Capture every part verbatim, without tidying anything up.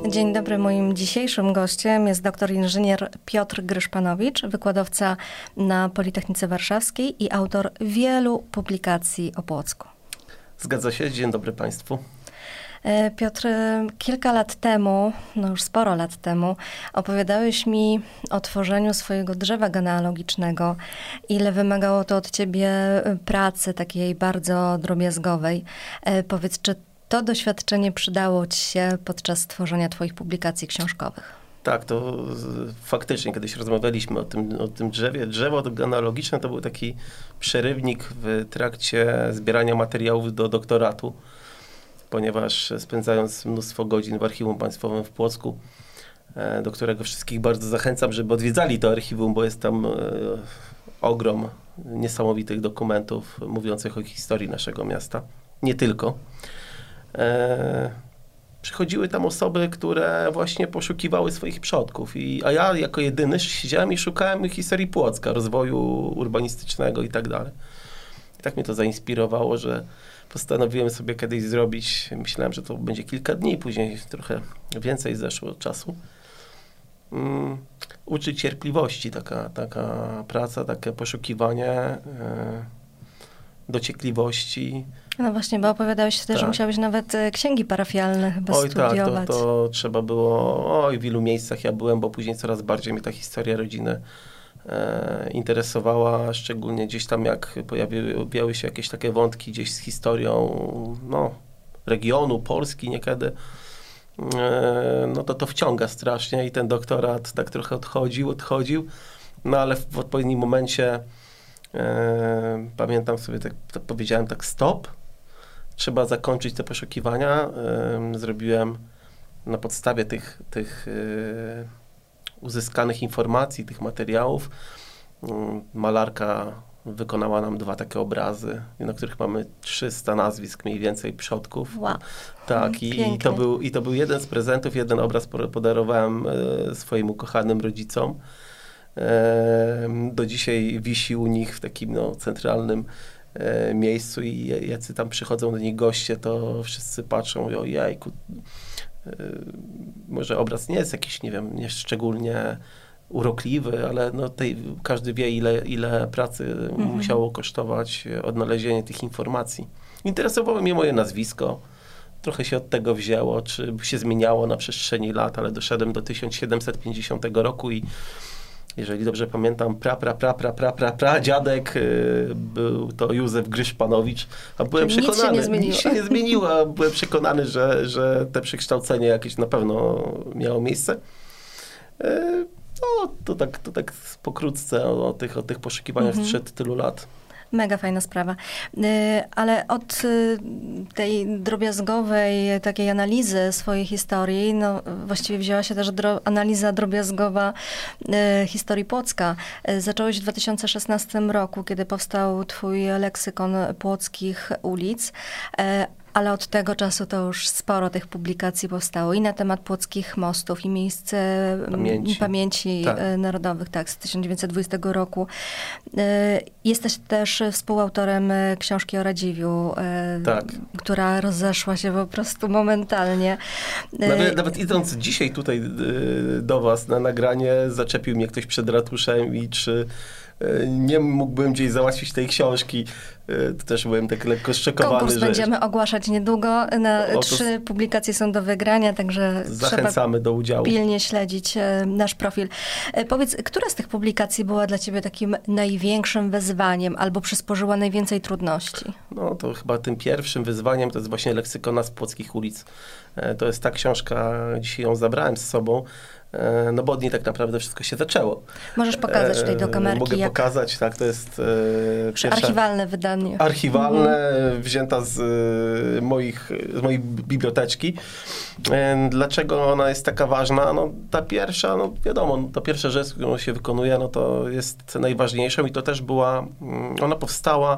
Dzień dobry, moim dzisiejszym gościem jest doktor inżynier Piotr Gryszpanowicz, wykładowca na Politechnice Warszawskiej i autor wielu publikacji o Płocku. Zgadza się, dzień dobry Państwu. Piotr, kilka lat temu, no już sporo lat temu, opowiadałeś mi o tworzeniu swojego drzewa genealogicznego, ile wymagało to od ciebie pracy takiej bardzo drobiazgowej. Powiedz, czy to doświadczenie przydało ci się podczas tworzenia twoich publikacji książkowych? Tak, to faktycznie kiedyś rozmawialiśmy o tym, o tym drzewie. Drzewo genealogiczne to był taki przerywnik w trakcie zbierania materiałów do doktoratu, ponieważ spędzając mnóstwo godzin w Archiwum Państwowym w Płocku, do którego wszystkich bardzo zachęcam, żeby odwiedzali to archiwum, bo jest tam ogrom niesamowitych dokumentów mówiących o historii naszego miasta. Nie tylko. E, przychodziły tam osoby, które właśnie poszukiwały swoich przodków, I, a ja jako jedyny siedziałem i szukałem historii Płocka, rozwoju urbanistycznego i tak dalej. I tak mnie to zainspirowało, że postanowiłem sobie kiedyś zrobić, myślałem, że to będzie kilka dni, później trochę więcej zeszło czasu. Um, uczyć cierpliwości, taka, taka praca, takie poszukiwanie, e, dociekliwości. No właśnie, bo opowiadałeś też, tak, że musiałeś nawet księgi parafialne chyba oj, studiować. Oj tak, to, to trzeba było, oj, w wielu miejscach ja byłem, bo później coraz bardziej mnie ta historia rodziny e, interesowała, szczególnie gdzieś tam jak pojawiły się jakieś takie wątki gdzieś z historią, no, regionu, Polski niekiedy, e, no to to wciąga strasznie i ten doktorat tak trochę odchodził, odchodził, no ale w, w odpowiednim momencie e, pamiętam sobie, tak, tak powiedziałem tak stop, trzeba zakończyć te poszukiwania. Ym, zrobiłem na podstawie tych, tych yy, uzyskanych informacji, tych materiałów. Ym, malarka wykonała nam dwa takie obrazy, na których mamy trzysta nazwisk mniej więcej przodków. Wow. Tak, i, i, to był, i to był jeden z prezentów, jeden obraz podarowałem y, swoim ukochanym rodzicom. Y, do dzisiaj wisi u nich w takim no, centralnym miejscu i jacy tam przychodzą do nich goście, to wszyscy patrzą i mówią, jajku, yy, może obraz nie jest jakiś, nie wiem, nie szczególnie urokliwy, ale no tej, każdy wie, ile, ile pracy mhm. musiało kosztować odnalezienie tych informacji. Interesowało mnie moje nazwisko, trochę się od tego wzięło, czy się zmieniało na przestrzeni lat, ale doszedłem do tysiąc siedemset pięćdziesiątego roku i jeżeli dobrze pamiętam, pra, pra, pra, pra, pra, pra, pra dziadek y, był to Józef Gryszpanowicz, a byłem Czyli przekonany, nic się nie zmieniło, nic się nie zmieniło a byłem przekonany, że, że te przekształcenie jakieś na pewno miało miejsce. Y, no, to tak, to tak pokrótce o, o, tych, o tych poszukiwaniach mhm. sprzed tylu lat. Mega fajna sprawa. Ale od tej drobiazgowej takiej analizy swojej historii, no właściwie wzięła się też dro- analiza drobiazgowa historii Płocka. Zacząłeś w dwa tysiące szesnastym roku, kiedy powstał twój leksykon płockich ulic. Ale od tego czasu to już sporo tych publikacji powstało i na temat płockich mostów, i miejsc pamięci, pamięci tak. narodowych, tak, z tysiąc dziewięćset dwudziestego roku. Jesteś też współautorem książki o Radziwiłł, tak. która rozeszła się po prostu momentalnie. Nawet, nawet idąc dzisiaj tutaj do was na nagranie, zaczepił mnie ktoś przed ratuszem i czy nie mógłbym gdzieś załatwić tej książki. To też byłem tak lekko zszokowany. Konkurs że będziemy ogłaszać niedługo. Na Oto trzy publikacje są do wygrania, także zachęcamy do udziału. Pilnie śledzić nasz profil. Powiedz, która z tych publikacji była dla ciebie takim największym wyzwaniem albo przysporzyła najwięcej trudności? No to chyba tym pierwszym wyzwaniem to jest właśnie leksykona z płockich ulic. To jest ta książka, dzisiaj ją zabrałem z sobą, no bo od niej tak naprawdę wszystko się zaczęło. Możesz pokazać tutaj do kamerki. Mogę jak... pokazać, tak, to jest e, pierwsza... Archiwalne wydanie. Archiwalne, mhm. wzięta z, e, moich, z mojej biblioteczki. E, dlaczego ona jest taka ważna? No ta pierwsza, no wiadomo, ta pierwsza rzecz, którą się wykonuje, no to jest najważniejszą i to też była, ona powstała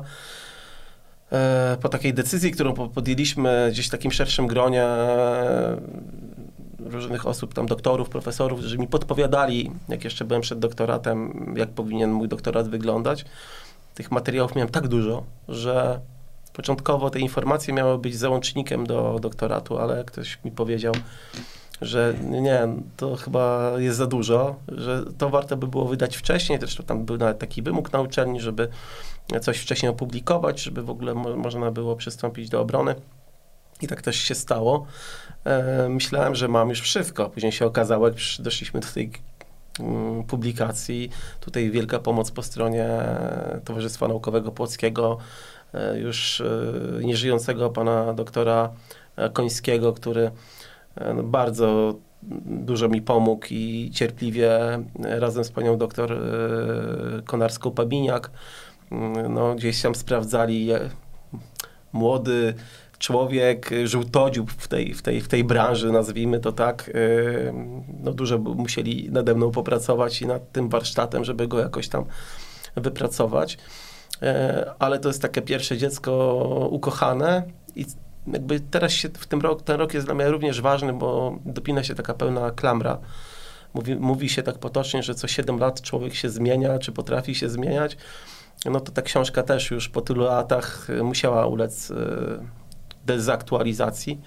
e, po takiej decyzji, którą podjęliśmy gdzieś w takim szerszym gronie e, różnych osób, tam doktorów, profesorów, którzy mi podpowiadali, jak jeszcze byłem przed doktoratem, jak powinien mój doktorat wyglądać. Tych materiałów miałem tak dużo, że początkowo te informacje miały być załącznikiem do doktoratu, ale ktoś mi powiedział, że nie, to chyba jest za dużo, że to warto by było wydać wcześniej, zresztą tam był nawet taki wymóg na uczelni, żeby coś wcześniej opublikować, żeby w ogóle mo- można było przystąpić do obrony. I tak też się stało. E, myślałem, że mam już wszystko. Później się okazało, jak doszliśmy do tej um, publikacji, tutaj wielka pomoc po stronie Towarzystwa Naukowego Płockiego, e, już e, nieżyjącego pana doktora Końskiego, który e, no, bardzo dużo mi pomógł i cierpliwie razem z panią doktor e, Konarską-Pabiniak no, gdzieś tam sprawdzali e, młody człowiek, żółtodziób w tej, w tej, w tej branży, nazwijmy to tak, no dużo musieli nade mną popracować i nad tym warsztatem, żeby go jakoś tam wypracować. Ale to jest takie pierwsze dziecko ukochane i jakby teraz się w tym roku, ten rok jest dla mnie również ważny, bo dopina się taka pełna klamra. Mówi, mówi się tak potocznie, że co siedem lat człowiek się zmienia, czy potrafi się zmieniać. No to ta książka też już po tylu latach musiała ulec dezaktualizacji.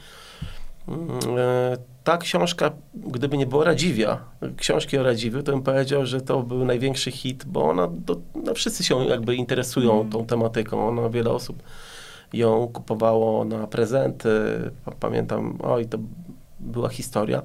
Ta książka, gdyby nie było Radziwia, książki o Radziwiu, to bym powiedział, że to był największy hit, bo ona, do, no wszyscy się jakby interesują mm. tą tematyką. Ona, wiele osób ją kupowało na prezenty. Pamiętam, oj, to była historia.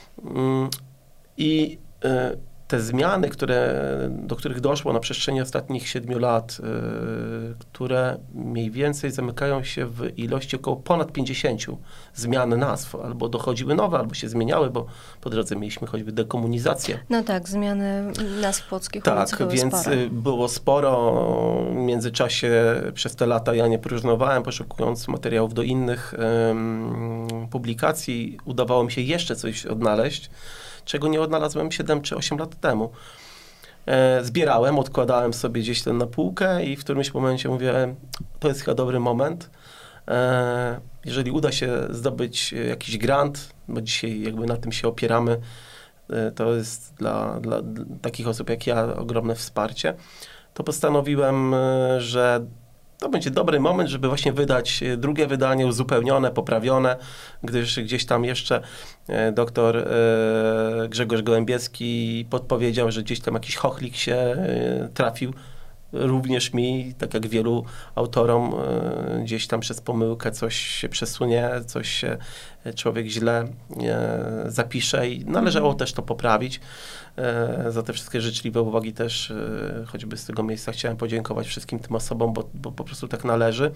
I te zmiany, które, do których doszło na przestrzeni ostatnich siedmiu lat, yy, które mniej więcej zamykają się w ilości około ponad pięćdziesięciu zmian nazw, albo dochodziły nowe, albo się zmieniały, bo po drodze mieliśmy choćby dekomunizację. No tak, zmiany nazw płockich tak, były więc spore. było sporo. W międzyczasie przez te lata ja nie próżnowałem, poszukując materiałów do innych yy, publikacji. Udawało mi się jeszcze coś odnaleźć, czego nie odnalazłem siedem czy osiem lat temu. E, zbierałem, odkładałem sobie gdzieś ten na półkę i w którymś momencie mówię, to jest chyba dobry moment. E, jeżeli uda się zdobyć jakiś grant, bo dzisiaj jakby na tym się opieramy, e, to jest dla, dla, dla takich osób jak ja ogromne wsparcie, to postanowiłem, e, że to będzie dobry moment, żeby właśnie wydać drugie wydanie, uzupełnione, poprawione, gdyż gdzieś tam jeszcze doktor Grzegorz Gołębieski podpowiedział, że gdzieś tam jakiś chochlik się trafił. Również mi, tak jak wielu autorom, gdzieś tam przez pomyłkę coś się przesunie, coś się człowiek źle zapisze i należało też to poprawić. Za te wszystkie życzliwe uwagi też choćby z tego miejsca chciałem podziękować wszystkim tym osobom, bo, bo po prostu tak należy.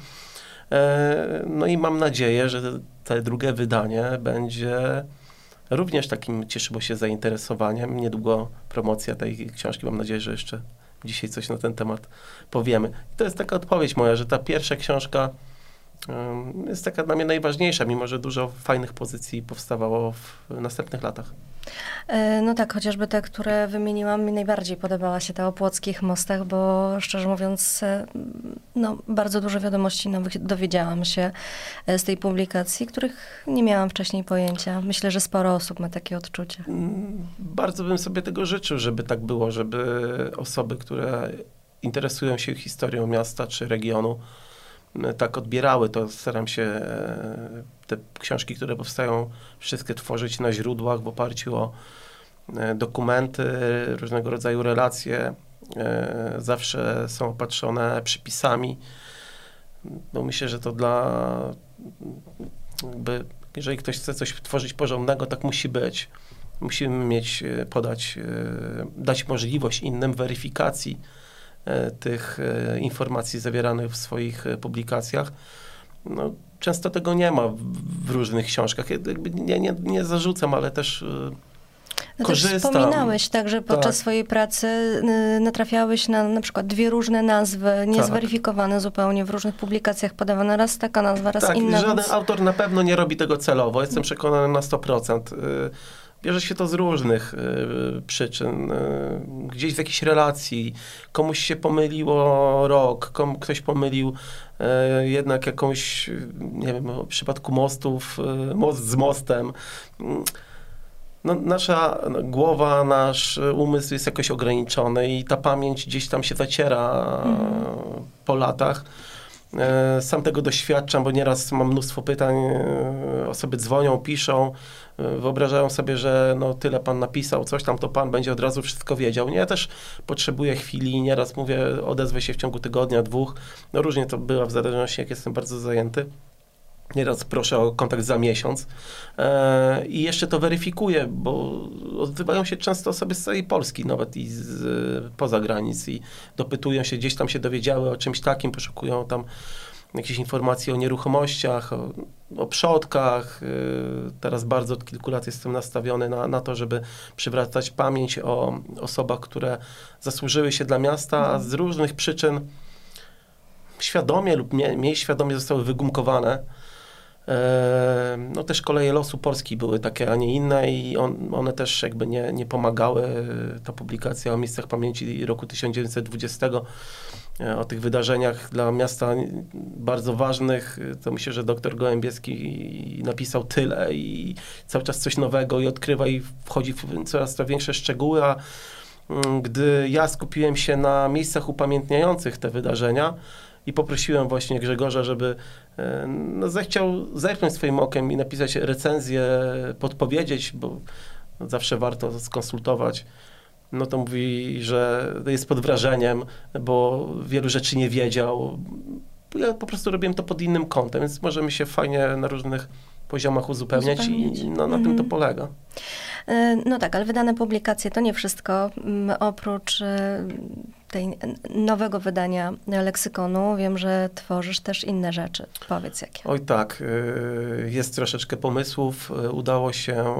No i mam nadzieję, że te drugie wydanie będzie również takim, cieszyło się zainteresowaniem. Niedługo promocja tej książki, mam nadzieję, że jeszcze dzisiaj coś na ten temat powiemy. I to jest taka odpowiedź moja, że ta pierwsza książka um, jest taka dla mnie najważniejsza, mimo że dużo fajnych pozycji powstawało w następnych latach. No tak, chociażby te, które wymieniłam, mi najbardziej podobała się ta o płockich mostach, bo szczerze mówiąc, no, bardzo dużo wiadomości nowych dowiedziałam się z tej publikacji, których nie miałam wcześniej pojęcia. Myślę, że sporo osób ma takie odczucie. Bardzo bym sobie tego życzył, żeby tak było, żeby osoby, które interesują się historią miasta czy regionu, tak odbierały to. Staram się te książki, które powstają, wszystkie tworzyć na źródłach w oparciu o dokumenty, różnego rodzaju relacje. Zawsze są opatrzone przypisami. Bo myślę, że to dla... Jakby, jeżeli ktoś chce coś tworzyć porządnego, tak musi być. Musimy mieć, podać, dać możliwość innym weryfikacji tych informacji zawieranych w swoich publikacjach. No, często tego nie ma w, w różnych książkach. Ja jakby nie, nie, nie zarzucam, ale też no korzystam. Też wspominałeś tak, że podczas tak. swojej pracy y, natrafiałeś na na przykład dwie różne nazwy, niezweryfikowane tak. zupełnie w różnych publikacjach podawane. Raz taka nazwa, raz tak, inna. Żaden więc... autor na pewno nie robi tego celowo. Jestem przekonany na sto procent. Y, Bierze się to z różnych y, przyczyn. Y, gdzieś w jakiejś relacji. Komuś się pomyliło rok, komu, ktoś pomylił y, jednak jakąś, nie wiem, w przypadku mostów, y, most z mostem. Y, no, nasza głowa, nasz umysł jest jakoś ograniczony i ta pamięć gdzieś tam się zaciera mm. po latach. Sam tego doświadczam, bo nieraz mam mnóstwo pytań, osoby dzwonią, piszą, wyobrażają sobie, że no tyle pan napisał, coś tam, to pan będzie od razu wszystko wiedział. Nie, ja też potrzebuję chwili, nieraz mówię, odezwę się w ciągu tygodnia, dwóch, no różnie to bywa w zależności, jak jestem bardzo zajęty. Nieraz proszę o kontakt za miesiąc e, i jeszcze to weryfikuję, bo odzywają się często osoby z całej Polski, nawet i z, poza granic i dopytują się, gdzieś tam się dowiedziały o czymś takim, poszukują tam jakieś informacje o nieruchomościach, o, o przodkach. E, teraz bardzo od kilku lat jestem nastawiony na, na to, żeby przywracać pamięć o osobach, które zasłużyły się dla miasta, a z różnych przyczyn świadomie lub mniej, mniej świadomie zostały wygumkowane. No też koleje losu Polski były takie, a nie inne i on, one też jakby nie, nie pomagały. Ta publikacja o miejscach pamięci roku tysiąc dziewięćset dwudziestego, o tych wydarzeniach dla miasta bardzo ważnych, to myślę, że doktor Gołębieski napisał tyle i cały czas coś nowego i odkrywa i wchodzi w coraz to większe szczegóły, a gdy ja skupiłem się na miejscach upamiętniających te wydarzenia, i poprosiłem właśnie Grzegorza, żeby no, zechciał zerknąć swoim okiem i napisać recenzję, podpowiedzieć, bo zawsze warto skonsultować. No to mówi, że jest pod wrażeniem, bo wielu rzeczy nie wiedział. Ja po prostu robiłem to pod innym kątem, więc możemy się fajnie na różnych poziomach uzupełniać, uzupełniać. i no, na mhm. tym to polega. No tak, ale wydane publikacje to nie wszystko. Oprócz tej nowego wydania leksykonu, wiem, że tworzysz też inne rzeczy. Powiedz jakie. Oj tak, jest troszeczkę pomysłów. Udało się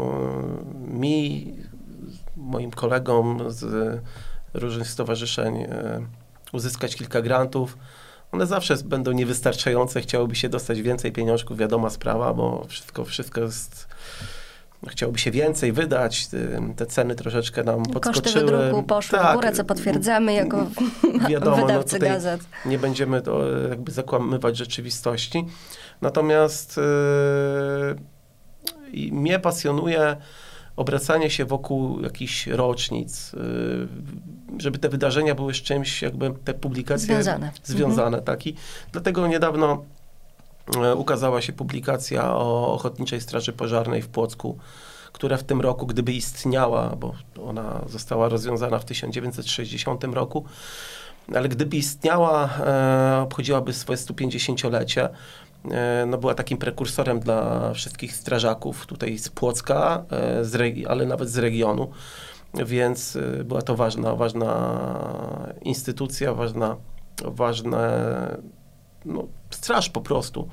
mi, moim kolegom z różnych stowarzyszeń uzyskać kilka grantów. One zawsze będą niewystarczające, chciałoby się dostać więcej pieniążków, wiadoma sprawa, bo wszystko, wszystko jest... Chciałoby się więcej wydać, te ceny troszeczkę nam podskoczyły. Koszty wydruku poszły tak, w górę, co potwierdzamy jako wiadomo, wydawcy no gazet. Nie będziemy to jakby zakłamywać rzeczywistości. Natomiast yy, mnie pasjonuje obracanie się wokół jakichś rocznic, yy, żeby te wydarzenia były z czymś, jakby te publikacje związane. związane mhm. tak. I dlatego niedawno ukazała się publikacja o Ochotniczej Straży Pożarnej w Płocku, która w tym roku, gdyby istniała, bo ona została rozwiązana w tysiąc dziewięćset sześćdziesiątym roku, ale gdyby istniała, e, obchodziłaby swoje stupięćdziesięciolecie. E, no była takim prekursorem dla wszystkich strażaków tutaj z Płocka, e, z regi- ale nawet z regionu, więc e, była to ważna, ważna instytucja, ważna, ważne no, straż po prostu.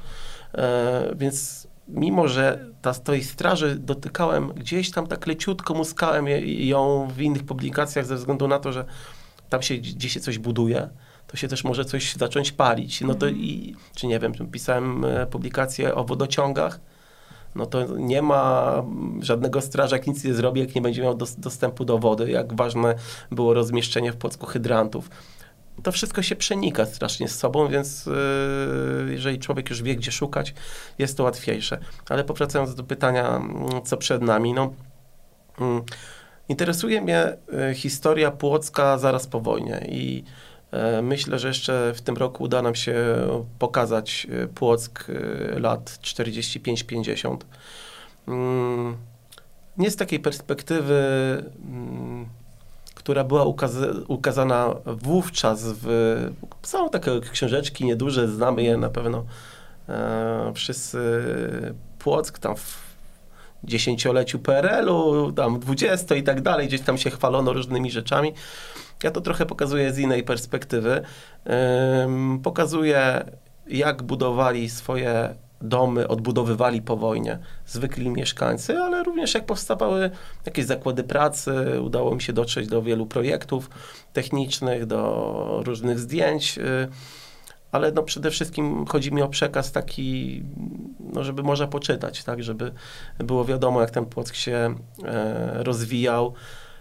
E, więc mimo, że ta, tej straży dotykałem gdzieś tam tak leciutko, muskałem je, ją w innych publikacjach ze względu na to, że tam się, gdzie się coś buduje, to się też może coś zacząć palić. No to i, czy nie wiem, pisałem publikację o wodociągach, no to nie ma żadnego strażak, nic nie zrobi, jak nie będzie miał dos, dostępu do wody, jak ważne było rozmieszczenie w Płocku hydrantów. To wszystko się przenika strasznie z sobą, więc yy, jeżeli człowiek już wie, gdzie szukać, jest to łatwiejsze. Ale powracając do pytania, co przed nami, no, yy, interesuje mnie yy, historia Płocka zaraz po wojnie i yy, myślę, że jeszcze w tym roku uda nam się pokazać yy, Płock yy, lat czterdzieści pięć pięćdziesiąt. Yy, nie z takiej perspektywy yy, która była ukaz- ukazana wówczas w... Są takie książeczki nieduże, znamy je na pewno e, wszyscy. Płock tam w dziesięcioleciu P R L u, tam dwudziesto i tak dalej, gdzieś tam się chwalono różnymi rzeczami. Ja to trochę pokazuję z innej perspektywy. E, pokazuję, jak budowali swoje domy, odbudowywali po wojnie zwykli mieszkańcy, ale również jak powstawały jakieś zakłady pracy. Udało mi się dotrzeć do wielu projektów technicznych, do różnych zdjęć, ale no przede wszystkim chodzi mi o przekaz taki, no żeby można poczytać, tak, żeby było wiadomo, jak ten Płock się e, rozwijał.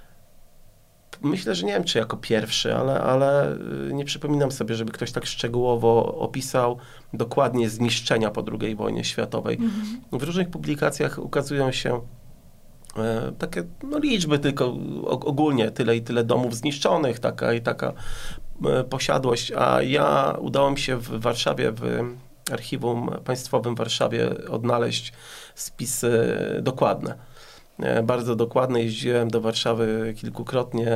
Myślę, że nie wiem, czy jako pierwszy, ale, ale nie przypominam sobie, żeby ktoś tak szczegółowo opisał dokładnie zniszczenia po drugiej wojnie światowej. Mhm. W różnych publikacjach ukazują się takie no, liczby tylko ogólnie, tyle i tyle domów zniszczonych, taka i taka posiadłość, a ja udało mi się w Warszawie, w Archiwum Państwowym w Warszawie odnaleźć spisy dokładne. Bardzo dokładne. Jeździłem do Warszawy kilkukrotnie.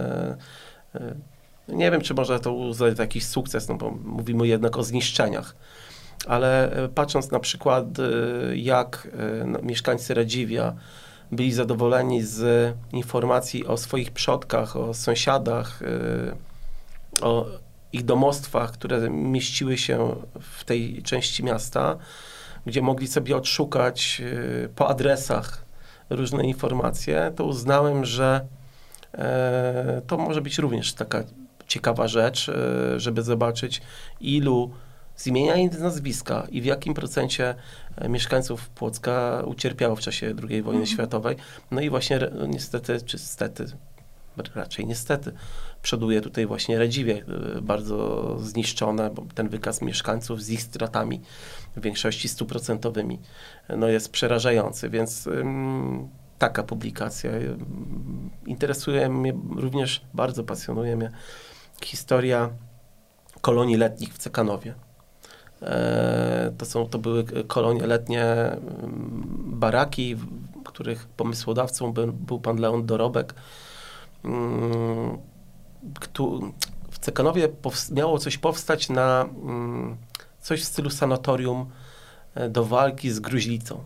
Nie wiem, czy można to uznać za jakiś sukces, no bo mówimy jednak o zniszczeniach. Ale patrząc na przykład, jak no, mieszkańcy Radziwia byli zadowoleni z informacji o swoich przodkach, o sąsiadach, o ich domostwach, które mieściły się w tej części miasta, gdzie mogli sobie odszukać po adresach różne informacje, to uznałem, że to może być również taka ciekawa rzecz, żeby zobaczyć, ilu z imienia i z nazwiska i w jakim procencie mieszkańców Płocka ucierpiało w czasie drugiej wojny mhm. światowej. No i właśnie no niestety, czy stety, raczej niestety, przoduje tutaj właśnie Radziwie, bardzo zniszczone, bo ten wykaz mieszkańców z ich stratami, w większości stuprocentowymi, no jest przerażający, więc ym, taka publikacja. Interesuje mnie również, bardzo pasjonuje mnie historia kolonii letnich w Cekanowie. To, są, to były kolonie letnie, baraki, których pomysłodawcą był, był pan Leon Dorobek. W Cekanowie miało coś powstać na coś w stylu sanatorium do walki z gruźlicą.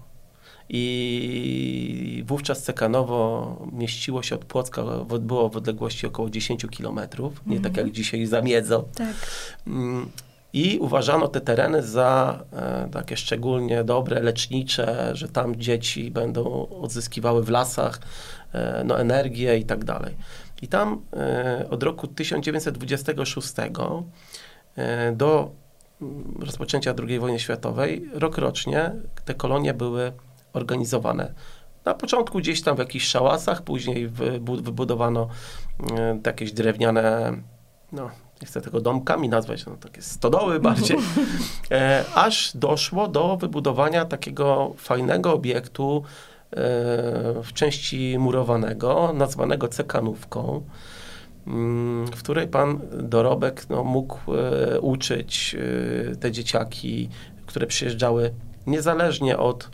I wówczas Cekanowo mieściło się od Płocka, było w odległości około dziesięć kilometrów, nie mm. tak jak dzisiaj za Miedzą. Tak. I uważano te tereny za e, takie szczególnie dobre, lecznicze, że tam dzieci będą odzyskiwały w lasach e, no, energię i tak dalej. I tam e, od roku tysiąc dziewięćset dwudziestego szóstego e, do rozpoczęcia drugiej wojny światowej rokrocznie te kolonie były organizowane. Na początku gdzieś tam w jakichś szałasach, później wybudowano e, jakieś drewniane, no nie chcę tego domkami nazwać, no takie stodoły bardziej, e, aż doszło do wybudowania takiego fajnego obiektu e, w części murowanego, nazwanego Cekanówką, m, w której pan Dorobek no, mógł e, uczyć e, te dzieciaki, które przyjeżdżały niezależnie od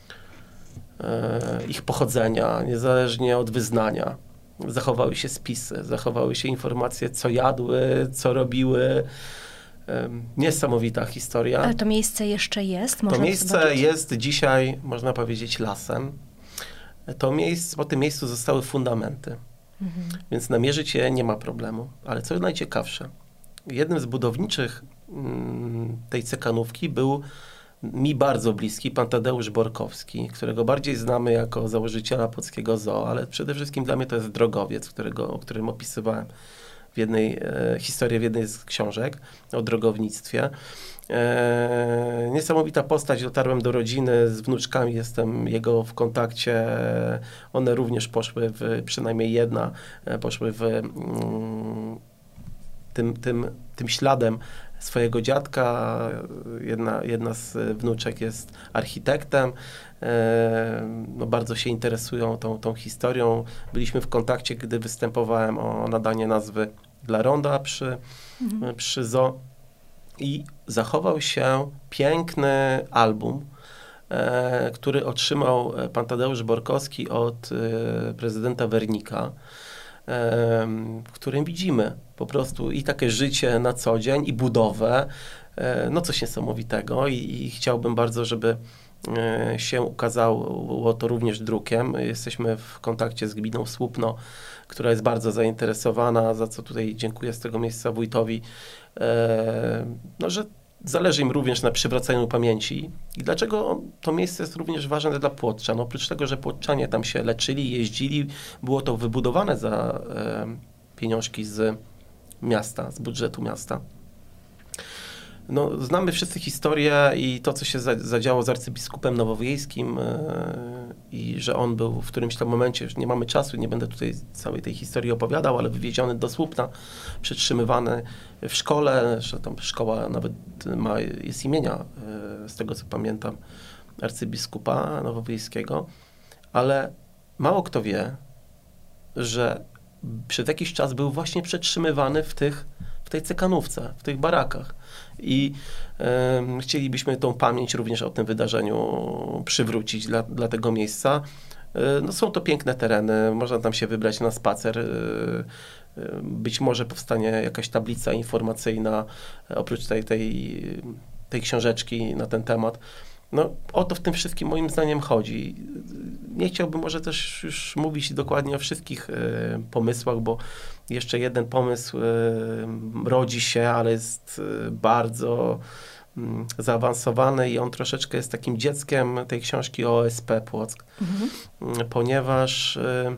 e, ich pochodzenia, niezależnie od wyznania. Zachowały się spisy, zachowały się informacje, co jadły, co robiły. Niesamowita historia. Ale to miejsce jeszcze jest? Można to miejsce to jest dzisiaj, można powiedzieć, lasem. To miejsce, po tym miejscu zostały fundamenty. Mhm. Więc namierzyć je nie ma problemu. Ale co najciekawsze, jednym z budowniczych tej Cekanówki był mi bardzo bliski pan Tadeusz Borkowski, którego bardziej znamy jako założyciela Płockiego Zoo, ale przede wszystkim dla mnie to jest drogowiec, którego, o którym opisywałem w jednej e, historii w jednej z książek o drogownictwie. E, niesamowita postać, dotarłem do rodziny z wnuczkami, jestem jego w kontakcie. One również poszły, w, przynajmniej jedna, poszły w mm, tym, tym, tym śladem swojego dziadka. Jedna, jedna z wnuczek jest architektem. E, no bardzo się interesują tą, tą historią. Byliśmy w kontakcie, gdy występowałem o nadanie nazwy dla ronda przy, mhm. przy zoo. I zachował się piękny album, e, który otrzymał pan Tadeusz Borkowski od e, prezydenta Wernika, w którym widzimy po prostu i takie życie na co dzień, i budowę, no coś niesamowitego i, i chciałbym bardzo, żeby się ukazało to również drukiem. Jesteśmy w kontakcie z gminą Słupno, która jest bardzo zainteresowana, za co tutaj dziękuję z tego miejsca wójtowi, no, że zależy im również na przywracaniu pamięci. I dlaczego to miejsce jest również ważne dla Płotczan? Oprócz tego, że Płotczanie tam się leczyli, jeździli, było to wybudowane za e, pieniążki z miasta, z budżetu miasta. No, znamy wszyscy historię i to, co się zadziało z arcybiskupem nowowiejskim e, i że on był w którymś tam momencie, już nie mamy czasu, nie będę tutaj całej tej historii opowiadał, ale wywieziony do Słupna, przetrzymywany w szkole, że tam szkoła nawet ma, jest imienia, e, z tego co pamiętam, arcybiskupa nowowiejskiego, ale mało kto wie, że przez jakiś czas był właśnie przetrzymywany w tych, w tej cekanówce, w tych barakach. I e, chcielibyśmy tą pamięć również o tym wydarzeniu przywrócić dla, dla tego miejsca. E, no, są to piękne tereny, można tam się wybrać na spacer. E, e, być może powstanie jakaś tablica informacyjna, e, oprócz tej, tej, tej książeczki na ten temat. No, o to w tym wszystkim moim zdaniem chodzi. Nie chciałbym może też już mówić dokładnie o wszystkich y, pomysłach, bo jeszcze jeden pomysł y, rodzi się, ale jest y, bardzo y, zaawansowany i on troszeczkę jest takim dzieckiem tej książki o O S P Płock, mhm. y, ponieważ y,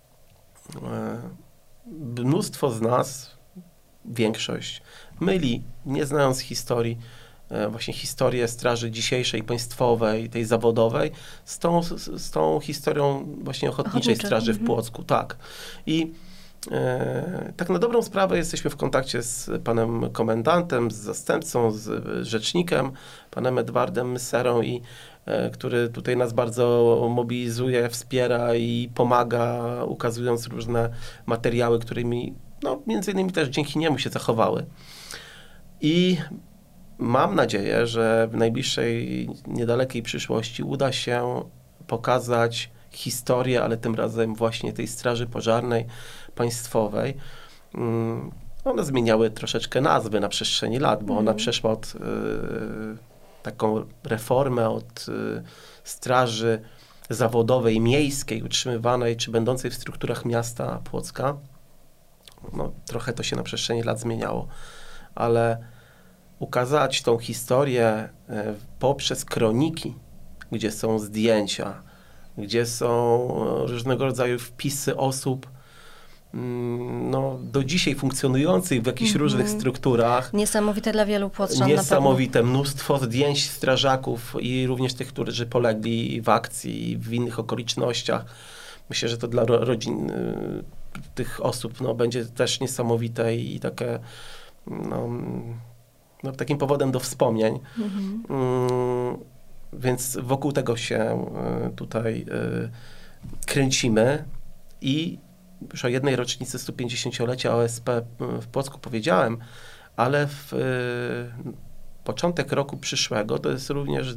y, mnóstwo z nas, większość, myli, nie znając historii, właśnie historię straży dzisiejszej, państwowej, tej zawodowej, z tą, z, z tą historią właśnie ochotniczej Ochotnicze. straży Mhm. w Płocku, tak. I e, tak na dobrą sprawę jesteśmy w kontakcie z panem komendantem, z zastępcą, z rzecznikiem, panem Edwardem Myserą, i, e, który tutaj nas bardzo mobilizuje, wspiera i pomaga, ukazując różne materiały, którymi, no, między innymi też dzięki niemu się zachowały. I mam nadzieję, że w najbliższej, niedalekiej przyszłości uda się pokazać historię, ale tym razem właśnie tej Straży Pożarnej Państwowej. One zmieniały troszeczkę nazwy na przestrzeni lat, bo ona przeszła od y, taką reformę od y, straży zawodowej, miejskiej, utrzymywanej czy będącej w strukturach miasta Płocka. No, trochę to się na przestrzeni lat zmieniało, ale ukazać tą historię poprzez kroniki, gdzie są zdjęcia, gdzie są różnego rodzaju wpisy osób, no, do dzisiaj funkcjonujących w jakichś mm-hmm. różnych strukturach. Niesamowite dla wielu płotrzan. Niesamowite. Mnóstwo zdjęć strażaków i również tych, którzy polegli w akcji, w innych okolicznościach. Myślę, że to dla rodzin tych osób no, będzie też niesamowite i takie no, no, takim powodem do wspomnień. Mhm. Mm, więc wokół tego się y, tutaj y, kręcimy i już o jednej rocznicy stu pięćdziesięciolecia O S P w Płocku powiedziałem, ale w y, początek roku przyszłego to jest również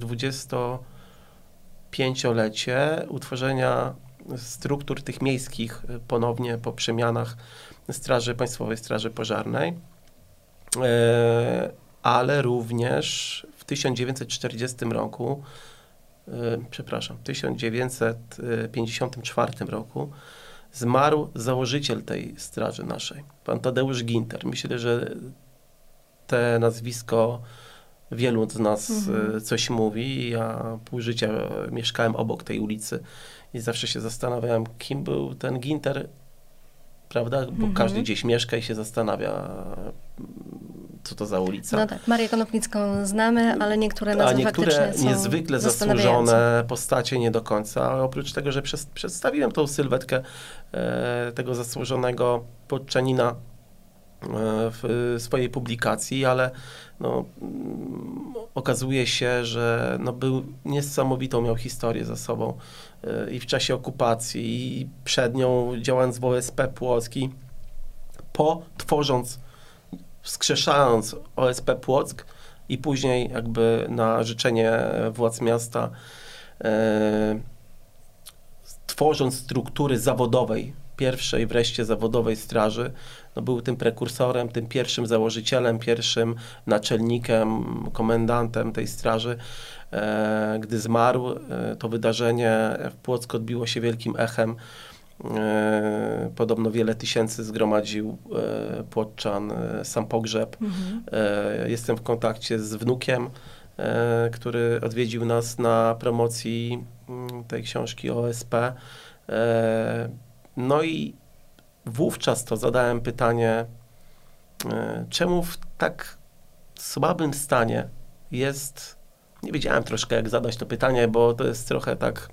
dwudziestopięciolecie utworzenia struktur tych miejskich ponownie po przemianach Straży Państwowej, Straży Pożarnej. Y, ale również w tysiąc dziewięćset czterdziestym roku, yy, przepraszam, w tysiąc dziewięćset pięćdziesiątym czwartym roku zmarł założyciel tej straży naszej, pan Tadeusz Ginter. Myślę, że te nazwisko wielu z nas mhm. coś mówi. Ja pół życia mieszkałem obok tej ulicy i zawsze się zastanawiałem, kim był ten Ginter, prawda? Bo mhm. każdy gdzieś mieszka i się zastanawia, co to za ulica. No tak, Marię Konopnicką znamy, ale niektóre nazwy A niektóre faktycznie są niezwykle zasłużone postacie nie do końca. A oprócz tego, że przez, przedstawiłem tą sylwetkę e, tego zasłużonego podczanina e, w swojej publikacji, ale no, m, okazuje się, że no, był niesamowitą, miał historię za sobą e, i w czasie okupacji, i przed nią działając w O S P Płocki, po tworząc wskrzeszając O S P Płock i później jakby na życzenie władz miasta e, tworząc struktury zawodowej, pierwszej wreszcie zawodowej straży, no był tym prekursorem, tym pierwszym założycielem, pierwszym naczelnikiem, komendantem tej straży. E, gdy zmarł, e, to wydarzenie w Płocku odbiło się wielkim echem. E, podobno wiele tysięcy zgromadził e, płoczczan, e, sam pogrzeb. Mhm. E, jestem w kontakcie z wnukiem, e, który odwiedził nas na promocji m, tej książki O S P. E, no i wówczas to zadałem pytanie, e, czemu w tak słabym stanie jest, nie wiedziałem troszkę jak zadać to pytanie, bo to jest trochę tak.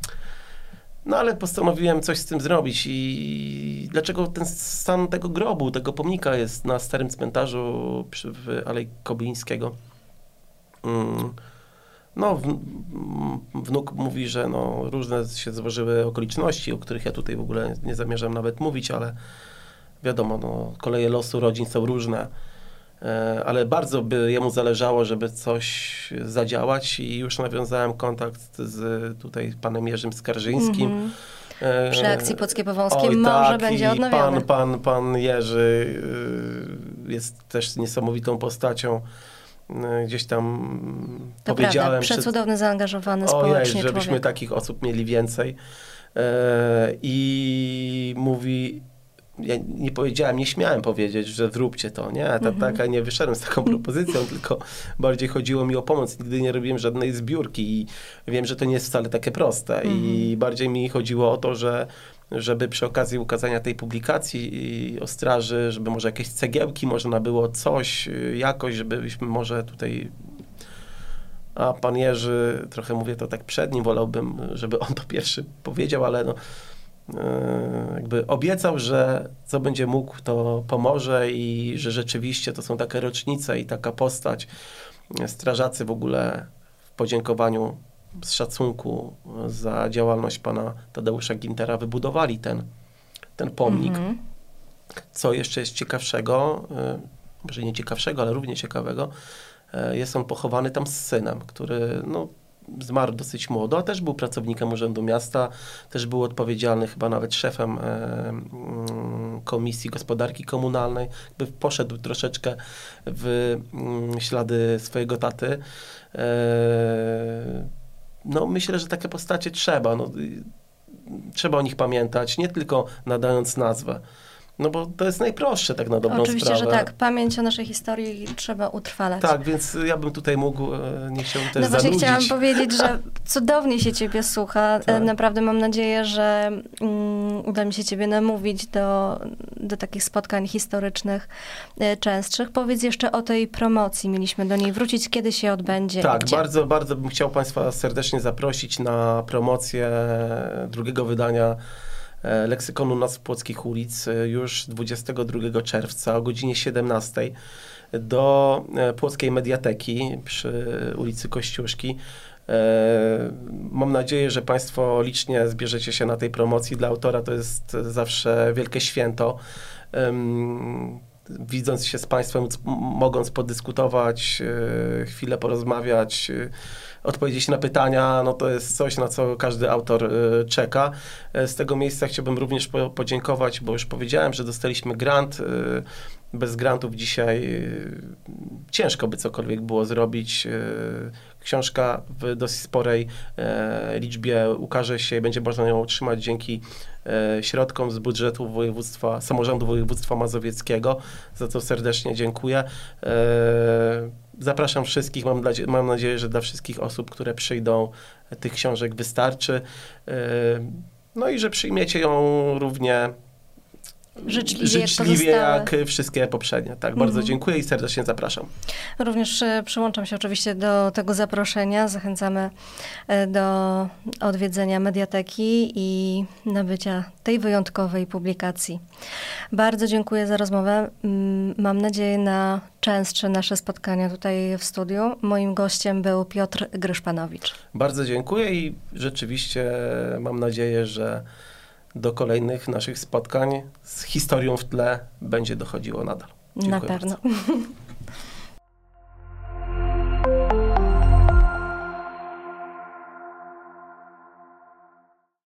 No ale postanowiłem coś z tym zrobić i dlaczego ten stan tego grobu, tego pomnika jest na starym cmentarzu przy, w Alei Kobylińskiego. Hmm. no, wnuk mówi, że no, różne się złożyły okoliczności, o których ja tutaj w ogóle nie zamierzam nawet mówić, ale wiadomo, no, koleje losu rodzin są różne, ale bardzo by jemu zależało, żeby coś zadziałać i już nawiązałem kontakt z tutaj panem Jerzym Skarżyńskim. Mm-hmm. Przy akcji Płockie Powązkie może tak, będzie odnowiony. Pan, pan, pan Jerzy jest też niesamowitą postacią. Gdzieś tam to powiedziałem... Prawda, przecudowny, przed... zaangażowany społecznie Ojej, żebyśmy człowiek. takich osób mieli więcej. I mówi... Ja nie powiedziałem, nie śmiałem powiedzieć, że zróbcie to, nie? Ta, mm-hmm. taka nie wyszedłem z taką propozycją, tylko bardziej chodziło mi o pomoc. Nigdy nie robiłem żadnej zbiórki i wiem, że to nie jest wcale takie proste. Mm-hmm. I bardziej mi chodziło o to, że żeby przy okazji ukazania tej publikacji o straży, żeby może jakieś cegiełki można było coś, jakoś, żebyśmy może tutaj... A pan Jerzy, trochę mówię to tak przed nim, wolałbym, żeby on to pierwszy powiedział, ale no jakby obiecał, że co będzie mógł, to pomoże i że rzeczywiście to są takie rocznice i taka postać. Strażacy w ogóle w podziękowaniu z szacunku za działalność pana Tadeusza Gintera wybudowali ten, ten pomnik. Mm-hmm. Co jeszcze jest ciekawszego, może nie ciekawszego, ale równie ciekawego, jest on pochowany tam z synem, który no, zmarł dosyć młodo, a też był pracownikiem Urzędu Miasta, też był odpowiedzialny, chyba nawet szefem e, Komisji Gospodarki Komunalnej. Jakby poszedł troszeczkę w m, ślady swojego taty. E, no myślę, że takie postacie trzeba. No, trzeba o nich pamiętać, nie tylko nadając nazwę. No bo to jest najprostsze tak na dobrą Oczywiście, sprawę. Oczywiście, że tak. Pamięć o naszej historii trzeba utrwalać. Tak, więc ja bym tutaj mógł, nie chciałbym też No właśnie zanudzić. chciałam powiedzieć, że cudownie się ciebie słucha. Tak. Naprawdę mam nadzieję, że um, uda mi się ciebie namówić do, do takich spotkań historycznych e, częstszych. Powiedz jeszcze o tej promocji. Mieliśmy do niej wrócić. Kiedy się odbędzie? Tak, bardzo, bardzo bym chciał Państwa serdecznie zaprosić na promocję drugiego wydania Leksykonu Nazw Płockich Ulic już dwudziestego drugiego czerwca o godzinie siedemnastej do Płockiej Mediateki przy ulicy Kościuszki. Mam nadzieję, że Państwo licznie zbierzecie się na tej promocji. Dla autora to jest zawsze wielkie święto. Widząc się z Państwem, mogąc podyskutować, chwilę porozmawiać, odpowiedzieć na pytania, no to jest coś, na co każdy autor y, czeka. Z tego miejsca chciałbym również po, podziękować, bo już powiedziałem, że dostaliśmy grant. Y, bez grantów dzisiaj y, ciężko by cokolwiek było zrobić. Y, książka w dosyć sporej y, liczbie ukaże się i będzie można ją otrzymać dzięki y, środkom z budżetu województwa, samorządu województwa mazowieckiego, za co serdecznie dziękuję. Y, Zapraszam wszystkich, mam, dla, mam nadzieję, że dla wszystkich osób, które przyjdą, tych książek wystarczy. No i że przyjmiecie ją równie życzliwie, życzliwie jak, jak wszystkie poprzednie. Tak, bardzo mm. dziękuję i serdecznie zapraszam. Również przyłączam się oczywiście do tego zaproszenia. Zachęcamy do odwiedzenia mediateki i nabycia tej wyjątkowej publikacji. Bardzo dziękuję za rozmowę. Mam nadzieję na częstsze nasze spotkania tutaj w studiu. Moim gościem był Piotr Gryszpanowicz. Bardzo dziękuję i rzeczywiście mam nadzieję, że do kolejnych naszych spotkań z historią w tle będzie dochodziło nadal. Dziękuję Na pewno. Bardzo.